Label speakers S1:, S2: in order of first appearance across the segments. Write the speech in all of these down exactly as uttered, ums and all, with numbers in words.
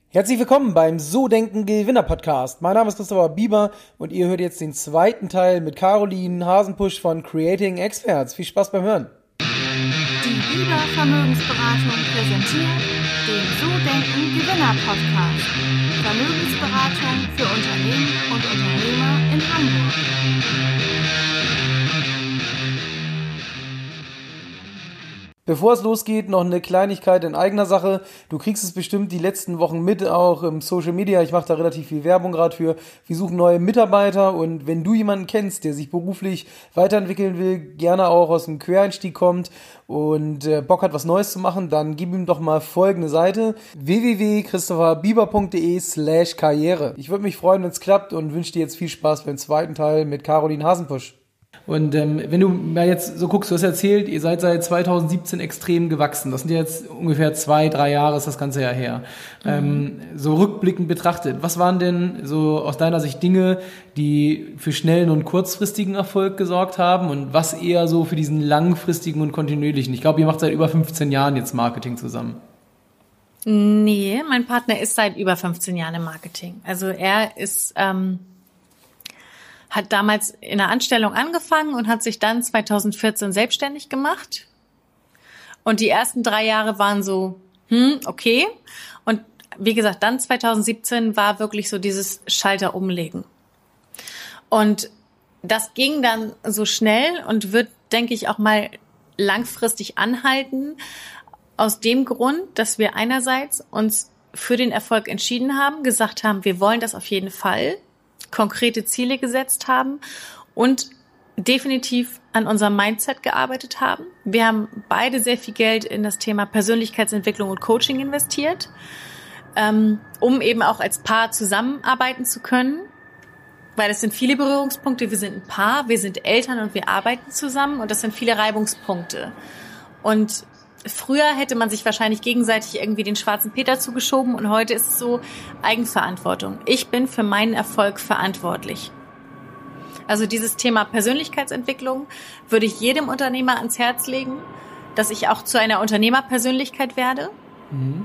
S1: Herzlich willkommen beim So Denken Gewinner Podcast. Mein Name ist Christopher Bieber und ihr hört jetzt den zweiten Teil mit Caroline Hasenpusch von Creating Experts. Viel Spaß beim Hören.
S2: Die Bieber Vermögensberatung präsentiert den So Denken Gewinner Podcast. Vermögensberatung für Unternehmen und Unternehmer in Hamburg.
S1: Bevor es losgeht, noch eine Kleinigkeit in eigener Sache. Du kriegst es bestimmt die letzten Wochen mit, auch im Social Media. Ich mache da relativ viel Werbung gerade für. Wir suchen neue Mitarbeiter und wenn du jemanden kennst, der sich beruflich weiterentwickeln will, gerne auch aus dem Quereinstieg kommt und äh, Bock hat, was Neues zu machen, dann gib ihm doch mal folgende Seite: w w w punkt christopherbieber punkt d e slash karriere. Ich würde mich freuen, wenn es klappt und wünsche dir jetzt viel Spaß beim zweiten Teil mit Caroline Hasenpusch. Und ähm, wenn du mal jetzt so guckst, du hast erzählt, ihr seid seit zwanzig siebzehn extrem gewachsen. Das sind jetzt ungefähr zwei, drei Jahre, ist das ganze Jahr her. Mhm. Ähm, so rückblickend betrachtet, was waren denn so aus deiner Sicht Dinge, die für schnellen und kurzfristigen Erfolg gesorgt haben und was eher so für diesen langfristigen und kontinuierlichen? Ich glaube, ihr macht seit über fünfzehn Jahren jetzt Marketing zusammen.
S3: Nee, mein Partner ist seit über fünfzehn Jahren im Marketing. Also er ist... Ähm hat damals in der Anstellung angefangen und hat sich dann zwanzig vierzehn selbstständig gemacht. Und die ersten drei Jahre waren so, hm, okay. Und wie gesagt, dann zwanzig siebzehn war wirklich so dieses Schalter umlegen. Und das ging dann so schnell und wird, denke ich, auch mal langfristig anhalten. Aus dem Grund, dass wir einerseits uns für den Erfolg entschieden haben, gesagt haben, wir wollen das auf jeden Fall, konkrete Ziele gesetzt haben und definitiv an unserem Mindset gearbeitet haben. Wir haben beide sehr viel Geld in das Thema Persönlichkeitsentwicklung und Coaching investiert, ähm, um eben auch als Paar zusammenarbeiten zu können, weil es sind viele Berührungspunkte. Wir sind ein Paar, wir sind Eltern und wir arbeiten zusammen und das sind viele Reibungspunkte. Und früher hätte man sich wahrscheinlich gegenseitig irgendwie den schwarzen Peter zugeschoben und heute ist es so Eigenverantwortung. Ich bin für meinen Erfolg verantwortlich. Also dieses Thema Persönlichkeitsentwicklung würde ich jedem Unternehmer ans Herz legen, dass ich auch zu einer Unternehmerpersönlichkeit werde. Mhm.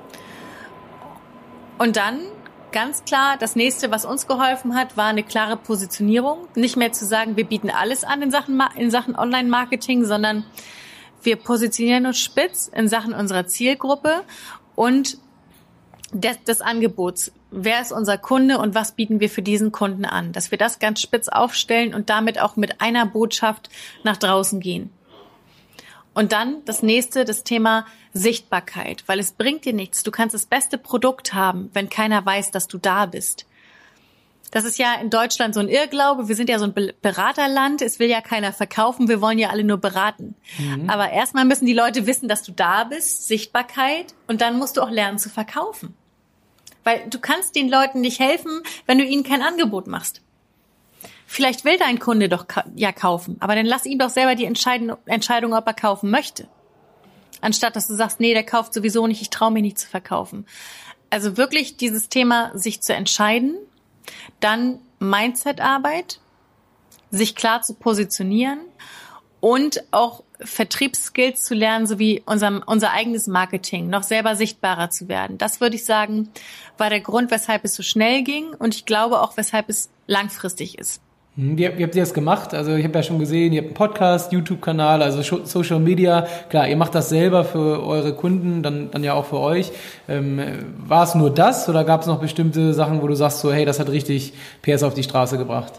S3: Und dann ganz klar, das nächste, was uns geholfen hat, war eine klare Positionierung. Nicht mehr zu sagen, wir bieten alles an in Sachen, in Sachen Online-Marketing, sondern wir positionieren uns spitz in Sachen unserer Zielgruppe und des, des Angebots. Wer ist unser Kunde und was bieten wir für diesen Kunden an? Dass wir das ganz spitz aufstellen und damit auch mit einer Botschaft nach draußen gehen. Und dann das nächste, das Thema Sichtbarkeit, weil es bringt dir nichts. Du kannst das beste Produkt haben, wenn keiner weiß, dass du da bist. Das ist ja in Deutschland so ein Irrglaube. Wir sind ja so ein Beraterland. Es will ja keiner verkaufen. Wir wollen ja alle nur beraten. Mhm. Aber erstmal müssen die Leute wissen, dass du da bist, Sichtbarkeit. Und dann musst du auch lernen zu verkaufen. Weil du kannst den Leuten nicht helfen, wenn du ihnen kein Angebot machst. Vielleicht will dein Kunde doch ja kaufen. Aber dann lass ihm doch selber die Entscheidung, ob er kaufen möchte. Anstatt, dass du sagst, nee, der kauft sowieso nicht, ich traue mich nicht zu verkaufen. Also wirklich dieses Thema, sich zu entscheiden. Dann Mindset-Arbeit, sich klar zu positionieren und auch Vertriebsskills zu lernen, sowie unser, unser eigenes Marketing, noch selber sichtbarer zu werden. Das würde ich sagen, war der Grund, weshalb es so schnell ging und ich glaube auch, weshalb es langfristig ist.
S1: Wie, wie habt ihr das gemacht? Also ich habe ja schon gesehen, ihr habt einen Podcast, YouTube-Kanal, also Social Media. Klar, ihr macht das selber für eure Kunden, dann dann ja auch für euch. Ähm, war es nur das oder gab es noch bestimmte Sachen, wo du sagst so, hey, das hat richtig P S auf die Straße gebracht?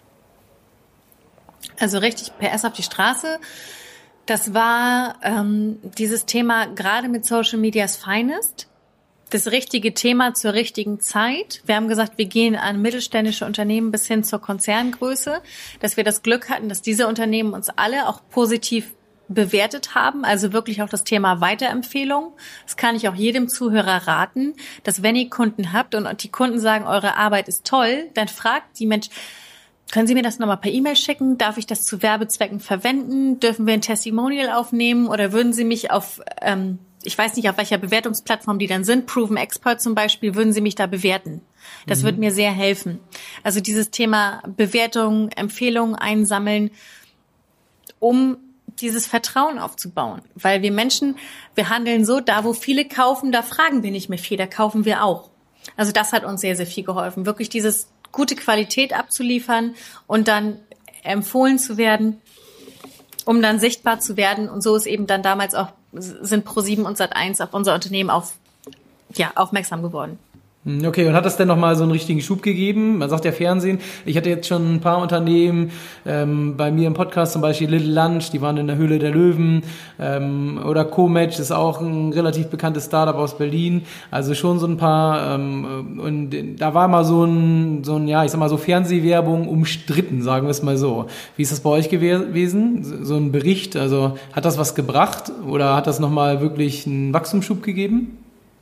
S3: Also richtig P S auf die Straße, das war ähm, dieses Thema gerade mit Social Media's Finest. Das richtige Thema zur richtigen Zeit. Wir haben gesagt, wir gehen an mittelständische Unternehmen bis hin zur Konzerngröße, dass wir das Glück hatten, dass diese Unternehmen uns alle auch positiv bewertet haben, also wirklich auch das Thema Weiterempfehlung. Das kann ich auch jedem Zuhörer raten, dass wenn ihr Kunden habt und die Kunden sagen, eure Arbeit ist toll, dann fragt die Mensch, können Sie mir das nochmal per E-Mail schicken? Darf ich das zu Werbezwecken verwenden? Dürfen wir ein Testimonial aufnehmen? Oder würden Sie mich auf, ähm, ich weiß nicht, auf welcher Bewertungsplattform die dann sind, Proven Expert zum Beispiel, würden Sie mich da bewerten? Das mhm. wird mir sehr helfen. Also dieses Thema Bewertung, Empfehlungen einsammeln, um dieses Vertrauen aufzubauen. Weil wir Menschen, wir handeln so, da wo viele kaufen, da fragen wir nicht mehr viel, da kaufen wir auch. Also das hat uns sehr, sehr viel geholfen. Wirklich dieses gute Qualität abzuliefern und dann empfohlen zu werden, um dann sichtbar zu werden. Und so ist eben dann damals auch, sind ProSieben und Sat eins auf unser Unternehmen auf, ja, aufmerksam geworden.
S1: Okay, und hat das denn nochmal so einen richtigen Schub gegeben? Man sagt ja Fernsehen. Ich hatte jetzt schon ein paar Unternehmen, ähm, bei mir im Podcast zum Beispiel Little Lunch, die waren in der Höhle der Löwen, ähm, oder Co-Match ist auch ein relativ bekanntes Startup aus Berlin. Also schon so ein paar, ähm, und da war mal so ein, so ein, ja, ich sag mal so Fernsehwerbung umstritten, sagen wir es mal so. Wie ist das bei euch gewesen? So ein Bericht, also hat das was gebracht oder hat das nochmal wirklich einen Wachstumsschub gegeben?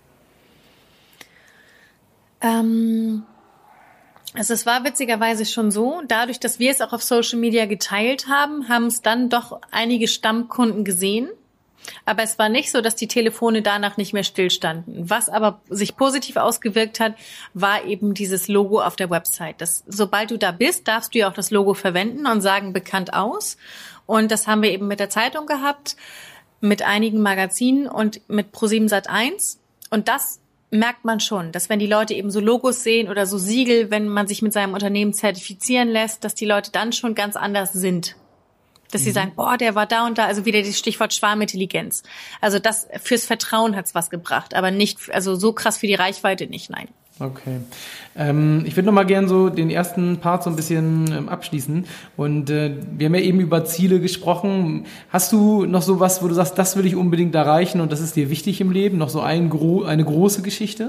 S3: Ähm, also es war witzigerweise schon so, dadurch, dass wir es auch auf Social Media geteilt haben, haben es dann doch einige Stammkunden gesehen. Aber es war nicht so, dass die Telefone danach nicht mehr stillstanden. Was aber sich positiv ausgewirkt hat, war eben dieses Logo auf der Website. Das, sobald du da bist, darfst du ja auch das Logo verwenden und sagen bekannt aus. Und das haben wir eben mit der Zeitung gehabt, mit einigen Magazinen und mit ProSieben Sat eins. Und das merkt man schon, dass wenn die Leute eben so Logos sehen oder so Siegel, wenn man sich mit seinem Unternehmen zertifizieren lässt, dass die Leute dann schon ganz anders sind. Dass mhm. sie sagen, boah, der war da und da, also wieder das Stichwort Schwarmintelligenz. Also das, fürs Vertrauen hat's was gebracht, aber nicht, also so krass für die Reichweite nicht, nein.
S1: Okay. Ähm, ich würde noch mal gern so den ersten Part so ein bisschen ähm, abschließen. Und äh, wir haben ja eben über Ziele gesprochen. Hast du noch so was, wo du sagst, das will ich unbedingt erreichen und das ist dir wichtig im Leben? Noch so ein gro- eine große Geschichte?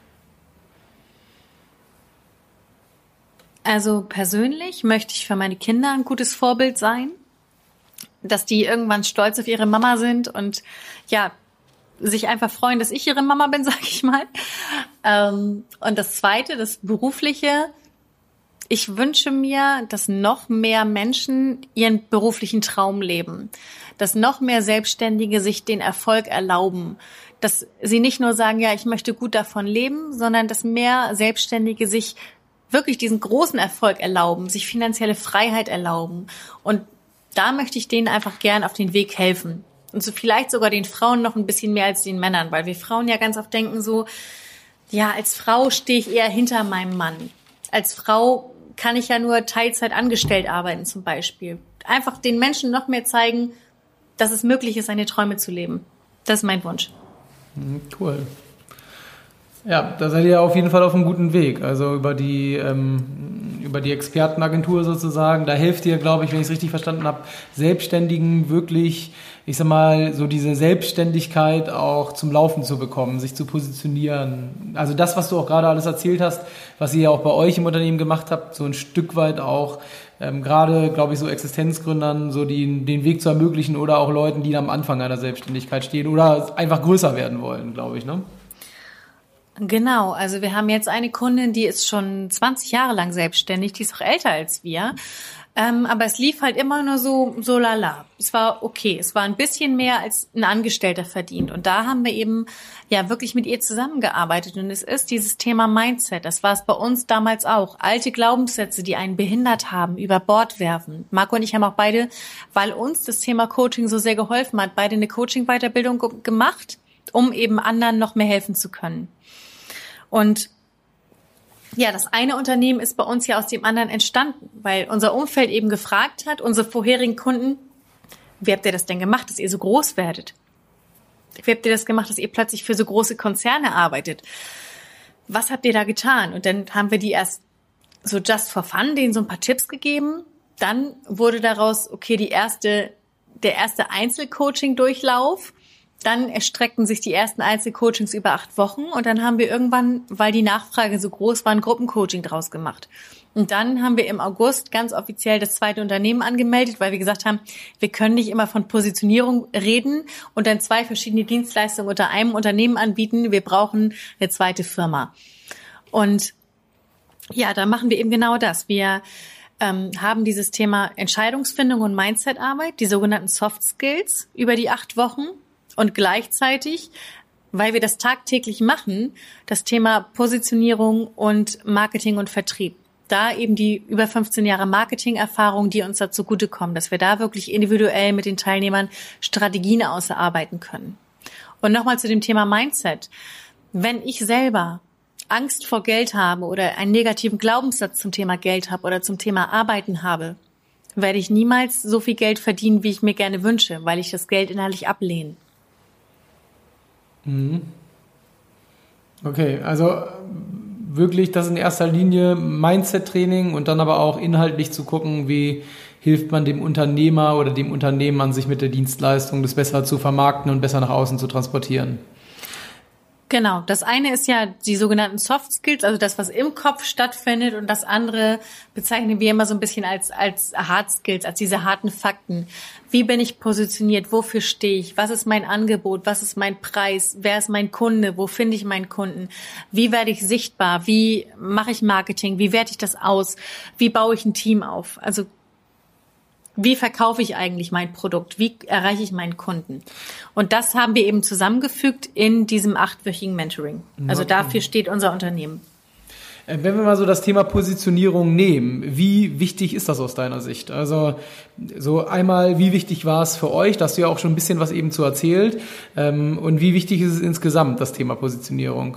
S3: Also persönlich möchte ich für meine Kinder ein gutes Vorbild sein, dass die irgendwann stolz auf ihre Mama sind und ja, sich einfach freuen, dass ich ihre Mama bin, sag ich mal. Ähm, und das Zweite, das Berufliche. Ich wünsche mir, dass noch mehr Menschen ihren beruflichen Traum leben. Dass noch mehr Selbstständige sich den Erfolg erlauben. Dass sie nicht nur sagen, ja, ich möchte gut davon leben, sondern dass mehr Selbstständige sich wirklich diesen großen Erfolg erlauben, sich finanzielle Freiheit erlauben. Und da möchte ich denen einfach gern auf den Weg helfen. Und so vielleicht sogar den Frauen noch ein bisschen mehr als den Männern, weil wir Frauen ja ganz oft denken so, ja, als Frau stehe ich eher hinter meinem Mann. Als Frau kann ich ja nur Teilzeit angestellt arbeiten zum Beispiel. Einfach den Menschen noch mehr zeigen, dass es möglich ist, seine Träume zu leben. Das ist mein Wunsch.
S1: Cool. Ja, da seid ihr auf jeden Fall auf einem guten Weg. Also über die ähm, über die Expertenagentur sozusagen, da helft ihr, glaube ich, wenn ich es richtig verstanden habe, Selbstständigen wirklich, ich sag mal, so diese Selbstständigkeit auch zum Laufen zu bekommen, sich zu positionieren. Also das, was du auch gerade alles erzählt hast, was ihr ja auch bei euch im Unternehmen gemacht habt, so ein Stück weit auch ähm, gerade, glaube ich, so Existenzgründern so die, den Weg zu ermöglichen oder auch Leuten, die am Anfang einer Selbstständigkeit stehen oder einfach größer werden wollen, glaube ich, ne?
S3: Genau, also wir haben jetzt eine Kundin, die ist schon zwanzig Jahre lang selbstständig, die ist auch älter als wir, ähm, aber es lief halt immer nur so, so lala. Es war okay, es war ein bisschen mehr als ein Angestellter verdient und da haben wir eben ja wirklich mit ihr zusammengearbeitet und es ist dieses Thema Mindset, das war es bei uns damals auch. Alte Glaubenssätze, die einen behindert haben, über Bord werfen. Marco und ich haben auch beide, weil uns das Thema Coaching so sehr geholfen hat, beide eine Coaching-Weiterbildung ge- gemacht, um eben anderen noch mehr helfen zu können. Und ja, das eine Unternehmen ist bei uns ja aus dem anderen entstanden, weil unser Umfeld eben gefragt hat, unsere vorherigen Kunden, wie habt ihr das denn gemacht, dass ihr so groß werdet? Wie habt ihr das gemacht, dass ihr plötzlich für so große Konzerne arbeitet? Was habt ihr da getan? Und dann haben wir die erst so just for fun, denen so ein paar Tipps gegeben. Dann wurde daraus, okay, die erste, der erste Einzelcoaching-Durchlauf. Dann erstreckten sich die ersten Einzelcoachings über acht Wochen und dann haben wir irgendwann, weil die Nachfrage so groß war, ein Gruppencoaching draus gemacht. Und dann haben wir im August ganz offiziell das zweite Unternehmen angemeldet, weil wir gesagt haben, wir können nicht immer von Positionierung reden und dann zwei verschiedene Dienstleistungen unter einem Unternehmen anbieten. Wir brauchen eine zweite Firma. Und ja, da machen wir eben genau das. Wir ähm, haben dieses Thema Entscheidungsfindung und Mindsetarbeit, die sogenannten Soft Skills über die acht Wochen. Und gleichzeitig, weil wir das tagtäglich machen, das Thema Positionierung und Marketing und Vertrieb. Da eben die über fünfzehn Jahre Marketing-Erfahrung, die uns dazu zugutekommen, dass wir da wirklich individuell mit den Teilnehmern Strategien ausarbeiten können. Und nochmal zu dem Thema Mindset. Wenn ich selber Angst vor Geld habe oder einen negativen Glaubenssatz zum Thema Geld habe oder zum Thema Arbeiten habe, werde ich niemals so viel Geld verdienen, wie ich mir gerne wünsche, weil ich das Geld innerlich ablehne.
S1: Mhm. Okay, also wirklich das in erster Linie Mindset-Training und dann aber auch inhaltlich zu gucken, wie hilft man dem Unternehmer oder dem Unternehmen an sich mit der Dienstleistung, das besser zu vermarkten und besser nach außen zu transportieren.
S3: Genau, das eine ist ja die sogenannten Soft Skills, also das, was im Kopf stattfindet, und das andere bezeichnen wir immer so ein bisschen als als Hard Skills, als diese harten Fakten. Wie bin ich positioniert? Wofür stehe ich? Was ist mein Angebot? Was ist mein Preis? Wer ist mein Kunde? Wo finde ich meinen Kunden? Wie werde ich sichtbar? Wie mache ich Marketing? Wie werte ich das aus? Wie baue ich ein Team auf? Also wie verkaufe ich eigentlich mein Produkt? Wie erreiche ich meinen Kunden? Und das haben wir eben zusammengefügt in diesem achtwöchigen Mentoring. Also dafür steht unser Unternehmen.
S1: Wenn wir mal so das Thema Positionierung nehmen, wie wichtig ist das aus deiner Sicht? Also so einmal, wie wichtig war es für euch? Da hast du ja auch schon ein bisschen was eben zu erzählt. Und wie wichtig ist es insgesamt, das Thema Positionierung?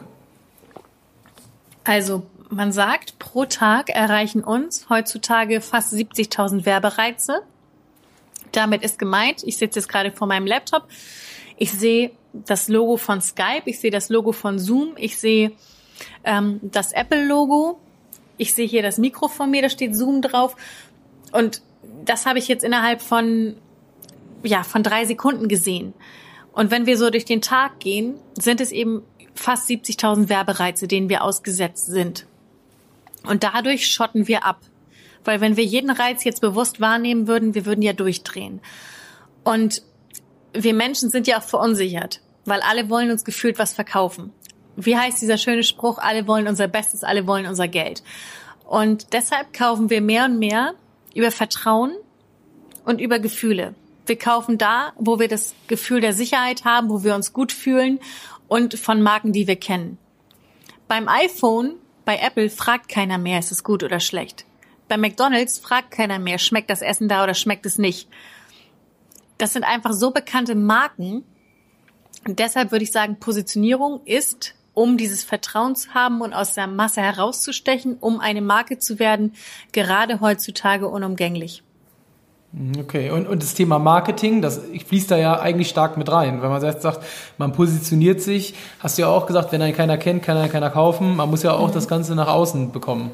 S3: Also man sagt, pro Tag erreichen uns heutzutage fast siebzigtausend Werbereize. Damit ist gemeint, ich sitze jetzt gerade vor meinem Laptop, ich sehe das Logo von Skype, ich sehe das Logo von Zoom, ich sehe ähm, das Apple-Logo, ich sehe hier das Mikro von mir, da steht Zoom drauf, und das habe ich jetzt innerhalb von, ja, von drei Sekunden gesehen. Und wenn wir so durch den Tag gehen, sind es eben fast siebzigtausend Werbereize, denen wir ausgesetzt sind. Und dadurch schotten wir ab. Weil wenn wir jeden Reiz jetzt bewusst wahrnehmen würden, wir würden ja durchdrehen. Und wir Menschen sind ja auch verunsichert, weil alle wollen uns gefühlt was verkaufen. Wie heißt dieser schöne Spruch? Alle wollen unser Bestes, alle wollen unser Geld. Und deshalb kaufen wir mehr und mehr über Vertrauen und über Gefühle. Wir kaufen da, wo wir das Gefühl der Sicherheit haben, wo wir uns gut fühlen, und von Marken, die wir kennen. Beim iPhone, bei Apple, fragt keiner mehr, ist es gut oder schlecht. Bei McDonald's fragt keiner mehr, schmeckt das Essen da oder schmeckt es nicht. Das sind einfach so bekannte Marken. Und deshalb würde ich sagen, Positionierung ist, um dieses Vertrauen zu haben und aus der Masse herauszustechen, um eine Marke zu werden, gerade heutzutage unumgänglich.
S1: Okay, und, und das Thema Marketing, das fließt da ja eigentlich stark mit rein. Wenn man jetzt sagt, man positioniert sich, hast du ja auch gesagt, wenn einen keiner kennt, kann einen keiner kaufen. Man muss ja auch mhm. das Ganze nach außen bekommen.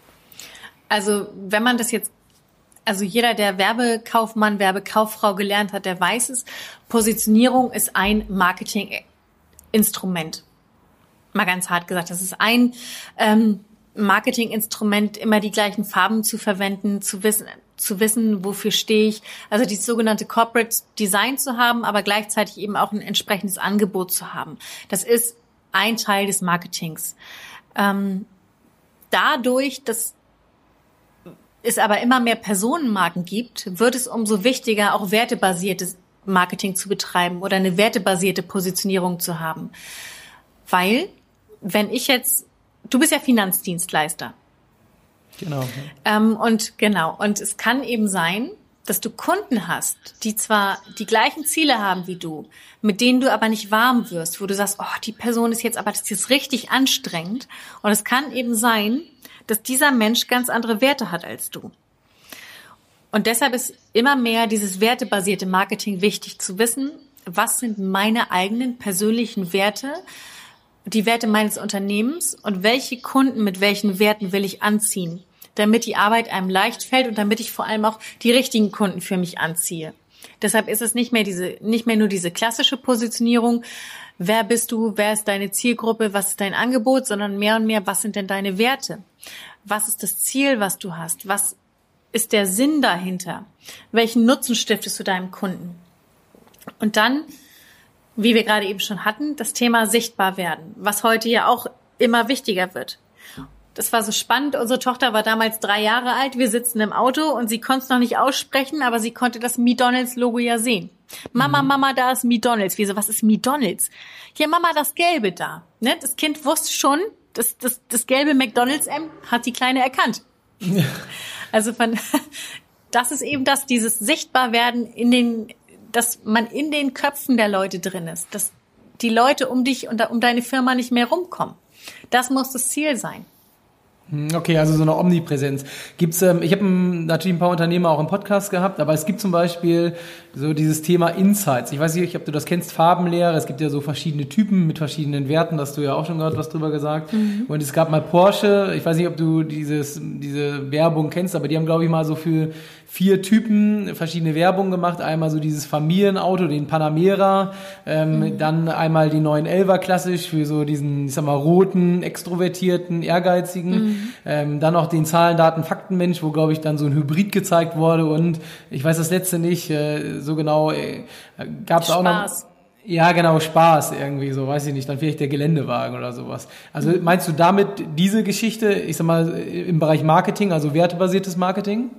S3: Also wenn man das jetzt, also jeder, der Werbekaufmann, Werbekauffrau gelernt hat, der weiß es, Positionierung ist ein Marketinginstrument. Mal ganz hart gesagt, das ist ein ähm, Marketinginstrument, immer die gleichen Farben zu verwenden, zu wissen, zu wissen, wofür stehe ich, also dieses sogenannte Corporate Design zu haben, aber gleichzeitig eben auch ein entsprechendes Angebot zu haben. Das ist ein Teil des Marketings. Ähm, dadurch, dass es aber immer mehr Personenmarken gibt, wird es umso wichtiger, auch wertebasiertes Marketing zu betreiben oder eine wertebasierte Positionierung zu haben. Weil, wenn ich jetzt, du bist ja Finanzdienstleister.
S1: Genau.
S3: Ähm, und genau, und es kann eben sein, dass du Kunden hast, die zwar die gleichen Ziele haben wie du, mit denen du aber nicht warm wirst, wo du sagst, oh, die Person ist jetzt, aber das ist jetzt richtig anstrengend. Und es kann eben sein, dass dieser Mensch ganz andere Werte hat als du. Und deshalb ist immer mehr dieses wertebasierte Marketing wichtig zu wissen, was sind meine eigenen persönlichen Werte, die Werte meines Unternehmens und welche Kunden mit welchen Werten will ich anziehen, damit die Arbeit einem leicht fällt und damit ich vor allem auch die richtigen Kunden für mich anziehe. Deshalb ist es nicht mehr diese, nicht mehr nur diese klassische Positionierung, wer bist du, wer ist deine Zielgruppe, was ist dein Angebot, sondern mehr und mehr, was sind denn deine Werte? Was ist das Ziel, was du hast? Was ist der Sinn dahinter? Welchen Nutzen stiftest du deinem Kunden? Und dann, wie wir gerade eben schon hatten, das Thema sichtbar werden, was heute ja auch immer wichtiger wird. Das war so spannend. Unsere Tochter war damals drei Jahre alt. Wir sitzen im Auto und sie konnte es noch nicht aussprechen, aber sie konnte das McDonald's-Logo ja sehen. Mama, Mama, da ist McDonald's. Wie so, was ist McDonald's? Hier, Mama, das Gelbe da. Ne? Das Kind wusste schon, das, das, das gelbe McDonald's-M hat die Kleine erkannt. Ja. Also von, das ist eben das, dieses Sichtbarwerden in den, dass man in den Köpfen der Leute drin ist, dass die Leute um dich und um deine Firma nicht mehr rumkommen. Das muss das Ziel sein.
S1: Okay, also so eine Omnipräsenz. Gibt's, ähm, ich habe natürlich ein paar Unternehmer auch im Podcast gehabt, aber es gibt zum Beispiel so dieses Thema Insights. Ich weiß nicht, ob du das kennst, Farbenlehre. Es gibt ja so verschiedene Typen mit verschiedenen Werten, da hast du ja auch schon gerade was drüber gesagt. Mhm. Und es gab mal Porsche, ich weiß nicht, ob du dieses diese Werbung kennst, aber die haben, glaube ich, mal so für vier Typen verschiedene Werbung gemacht. Einmal so dieses Familienauto, den Panamera, ähm, mhm. dann einmal die neun elfer klassisch für so diesen, ich sag mal, roten, extrovertierten, ehrgeizigen. Mhm. Ähm, dann auch den Zahlen, Daten, Faktenmensch, wo, glaube ich, dann so ein Hybrid gezeigt wurde. Und ich weiß das letzte nicht äh, so genau. Äh, gab es auch noch... Ja, genau, Spaß irgendwie, so, weiß ich nicht, dann vielleicht der Geländewagen oder sowas. Also meinst du damit diese Geschichte, ich sag mal, im Bereich Marketing, also wertebasiertes Marketing?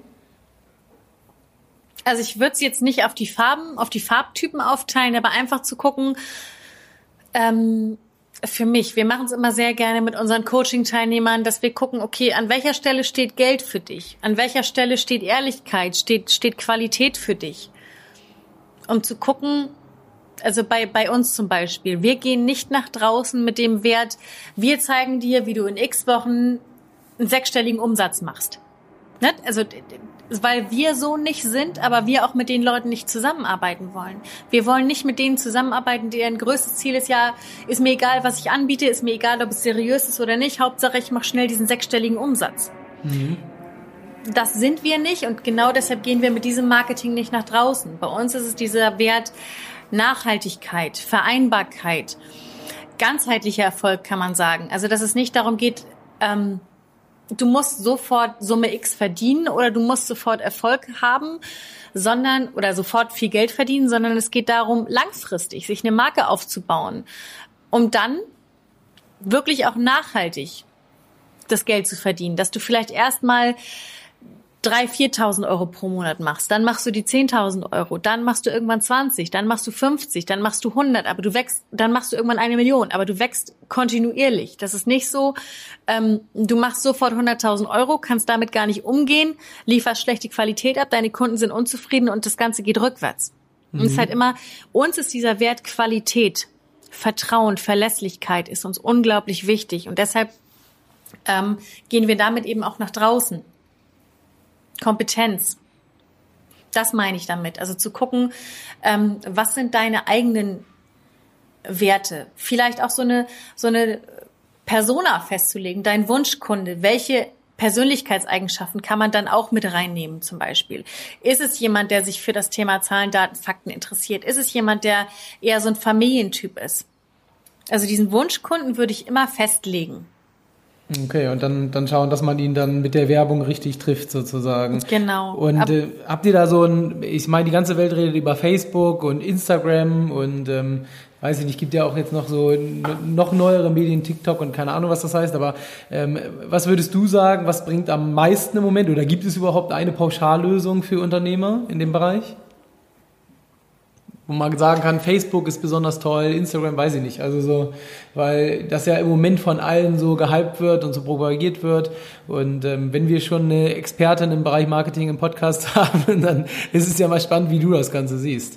S3: Also ich würde es jetzt nicht auf die Farben, auf die Farbtypen aufteilen, aber einfach zu gucken, ähm, für mich, wir machen es immer sehr gerne mit unseren Coaching-Teilnehmern, dass wir gucken, okay, an welcher Stelle steht Geld für dich? An welcher Stelle steht Ehrlichkeit, steht, steht Qualität für dich? Um zu gucken, also bei, bei uns zum Beispiel, wir gehen nicht nach draußen mit dem Wert, wir zeigen dir, wie du in x Wochen einen sechsstelligen Umsatz machst. Ne? Also, weil wir so nicht sind, aber wir auch mit den Leuten nicht zusammenarbeiten wollen. Wir wollen nicht mit denen zusammenarbeiten, deren größtes Ziel ist ja, ist mir egal, was ich anbiete, ist mir egal, ob es seriös ist oder nicht, Hauptsache ich mache schnell diesen sechsstelligen Umsatz. Mhm. Das sind wir nicht und genau deshalb gehen wir mit diesem Marketing nicht nach draußen. Bei uns ist es dieser Wert Nachhaltigkeit, Vereinbarkeit, ganzheitlicher Erfolg kann man sagen. Also dass es nicht darum geht, ähm, du musst sofort Summe X verdienen oder du musst sofort Erfolg haben, sondern oder sofort viel Geld verdienen, sondern es geht darum, langfristig sich eine Marke aufzubauen, um dann wirklich auch nachhaltig das Geld zu verdienen, dass du vielleicht erstmal dreitausend, viertausend Euro pro Monat machst, dann machst du die zehntausend Euro, dann machst du irgendwann zwanzig, dann machst du fünfzig, dann machst du hundert, aber du wächst, dann machst du irgendwann eine Million, aber du wächst kontinuierlich. Das ist nicht so, ähm, du machst sofort hunderttausend Euro, kannst damit gar nicht umgehen, lieferst schlechte Qualität ab, deine Kunden sind unzufrieden und das Ganze geht rückwärts. Mhm. Und es ist halt immer, uns ist dieser Wert Qualität, Vertrauen, Verlässlichkeit ist uns unglaublich wichtig und deshalb ähm, gehen wir damit eben auch nach draußen. Kompetenz. Das meine ich damit. Also zu gucken, ähm, was sind deine eigenen Werte? Vielleicht auch so eine, so eine Persona festzulegen, dein Wunschkunde. Welche Persönlichkeitseigenschaften kann man dann auch mit reinnehmen zum Beispiel? Ist es jemand, der sich für das Thema Zahlen, Daten, Fakten interessiert? Ist es jemand, der eher so ein Familientyp ist? Also diesen Wunschkunden würde ich immer festlegen.
S1: Okay, und dann, dann schauen, dass man ihn dann mit der Werbung richtig trifft, sozusagen.
S3: Genau.
S1: Und äh, habt ihr da so ein, ich meine, die ganze Welt redet über Facebook und Instagram und, ähm, weiß ich nicht, gibt ja auch jetzt noch so noch neuere Medien, TikTok und keine Ahnung, was das heißt, aber ähm, was würdest du sagen, was bringt am meisten im Moment oder gibt es überhaupt eine Pauschallösung für Unternehmer in dem Bereich? Wo man sagen kann, Facebook ist besonders toll, Instagram weiß ich nicht. Also so, weil das ja im Moment von allen so gehypt wird und so propagiert wird. Und ähm, wenn wir schon eine Expertin im Bereich Marketing im Podcast haben, dann ist es ja mal spannend, wie du das Ganze siehst.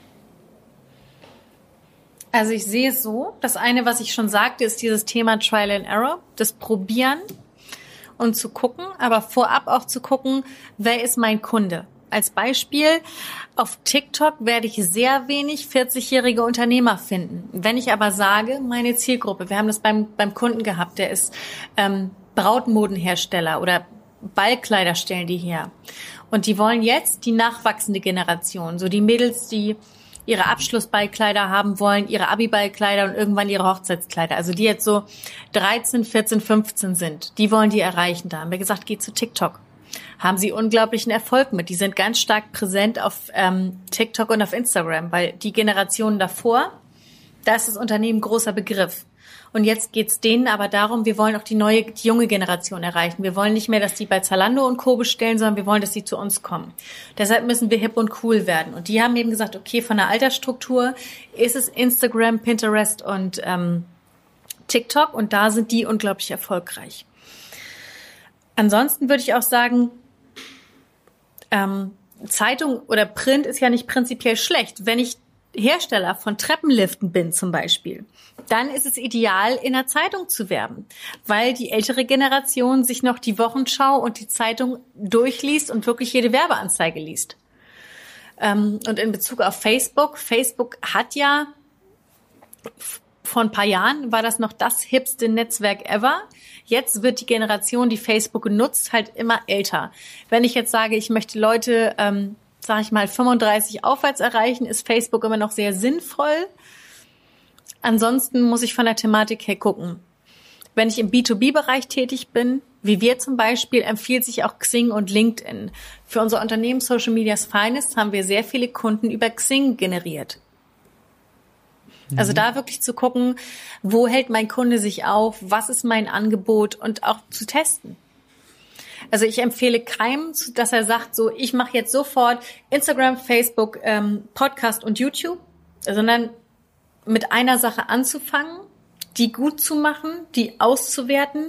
S3: Also ich sehe es so, das eine, was ich schon sagte, ist dieses Thema Trial and Error, das Probieren und zu gucken, aber vorab auch zu gucken, wer ist mein Kunde? Als Beispiel, auf TikTok werde ich sehr wenig vierzigjährige Unternehmer finden. Wenn ich aber sage, meine Zielgruppe, wir haben das beim beim Kunden gehabt, der ist ähm, Brautmodenhersteller oder Ballkleider stellen die her. Und die wollen jetzt die nachwachsende Generation, so die Mädels, die ihre Abschlussballkleider haben wollen, ihre Abi-Ballkleider und irgendwann ihre Hochzeitskleider. Also die jetzt so dreizehn, vierzehn, fünfzehn sind, die wollen die erreichen. Da haben wir gesagt, geht zu TikTok. Haben sie unglaublichen Erfolg mit. Die sind ganz stark präsent auf ähm, TikTok und auf Instagram, weil die Generationen davor, da ist das Unternehmen großer Begriff. Und jetzt geht's denen aber darum, wir wollen auch die neue, die junge Generation erreichen. Wir wollen nicht mehr, dass die bei Zalando und Co. bestellen, sondern wir wollen, dass die zu uns kommen. Deshalb müssen wir hip und cool werden. Und die haben eben gesagt, okay, von der Altersstruktur ist es Instagram, Pinterest und ähm, TikTok und da sind die unglaublich erfolgreich. Ansonsten würde ich auch sagen, ähm, Zeitung oder Print ist ja nicht prinzipiell schlecht. Wenn ich Hersteller von Treppenliften bin zum Beispiel, dann ist es ideal, in der Zeitung zu werben, weil die ältere Generation sich noch die Wochenschau und die Zeitung durchliest und wirklich jede Werbeanzeige liest. Und in Bezug auf Facebook, Facebook hat ja, vor ein paar Jahren war das noch das hipste Netzwerk ever. Jetzt wird die Generation, die Facebook nutzt, halt immer älter. Wenn ich jetzt sage, ich möchte Leute, ähm, sage ich mal, fünfunddreißig aufwärts erreichen, ist Facebook immer noch sehr sinnvoll. Ansonsten muss ich von der Thematik her gucken. Wenn ich im B zwei B-Bereich tätig bin, wie wir zum Beispiel, empfiehlt sich auch Xing und LinkedIn. Für unser Unternehmen Social Media's Finest haben wir sehr viele Kunden über Xing generiert. Mhm. Also da wirklich zu gucken, wo hält mein Kunde sich auf, was ist mein Angebot und auch zu testen. Also ich empfehle keinem, dass er sagt, so ich mache jetzt sofort Instagram, Facebook, ähm, Podcast und YouTube, sondern mit einer Sache anzufangen, die gut zu machen, die auszuwerten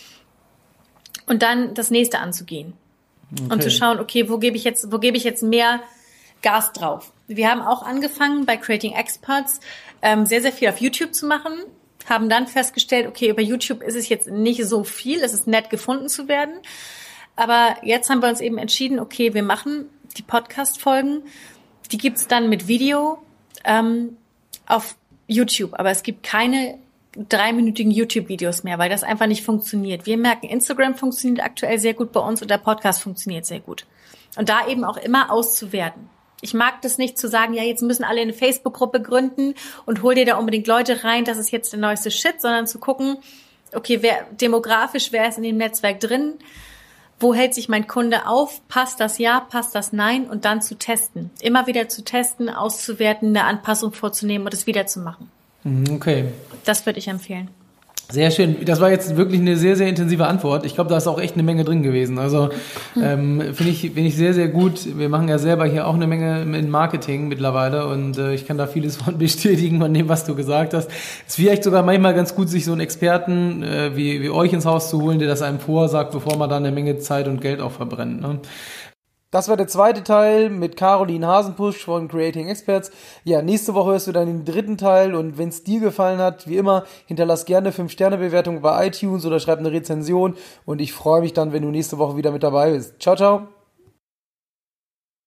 S3: und dann das nächste anzugehen. Okay. Und zu schauen, okay, wo gebe ich jetzt, wo gebe ich jetzt mehr Gas drauf? Wir haben auch angefangen bei Creating Experts ähm, sehr, sehr viel auf YouTube zu machen, haben dann festgestellt, okay, über YouTube ist es jetzt nicht so viel, es ist nett gefunden zu werden. Aber jetzt haben wir uns eben entschieden, okay, wir machen die Podcast-Folgen, die gibt's dann mit Video ähm, auf YouTube. Aber es gibt keine dreiminütigen YouTube-Videos mehr, weil das einfach nicht funktioniert. Wir merken, Instagram funktioniert aktuell sehr gut bei uns und der Podcast funktioniert sehr gut. Und da eben auch immer auszuwerten. Ich mag das nicht zu sagen, ja, jetzt müssen alle eine Facebook-Gruppe gründen und hol dir da unbedingt Leute rein, das ist jetzt der neueste Shit, sondern zu gucken, okay, wer demografisch, wer ist in dem Netzwerk drin, wo hält sich mein Kunde auf, passt das ja, passt das nein und dann zu testen. Immer wieder zu testen, auszuwerten, eine Anpassung vorzunehmen und es wieder zu machen.
S1: Okay.
S3: Das würde ich empfehlen.
S1: Sehr schön. Das war jetzt wirklich eine sehr, sehr intensive Antwort. Ich glaube, da ist auch echt eine Menge drin gewesen. Also ähm, finde ich, finde ich sehr, sehr gut. Wir machen ja selber hier auch eine Menge in Marketing mittlerweile und äh, ich kann da vieles von bestätigen von dem, was du gesagt hast. Es ist vielleicht sogar manchmal ganz gut, sich so einen Experten äh, wie, wie euch ins Haus zu holen, der das einem vorsagt, bevor man da eine Menge Zeit und Geld auch verbrennt. Ne? Das war der zweite Teil mit Caroline Hasenpusch von Creating Experts. Ja, nächste Woche hörst du dann den dritten Teil und wenn es dir gefallen hat, wie immer, hinterlass gerne eine fünf Sterne Bewertung bei iTunes oder schreib eine Rezension und ich freue mich dann, wenn du nächste Woche wieder mit dabei bist. Ciao, ciao.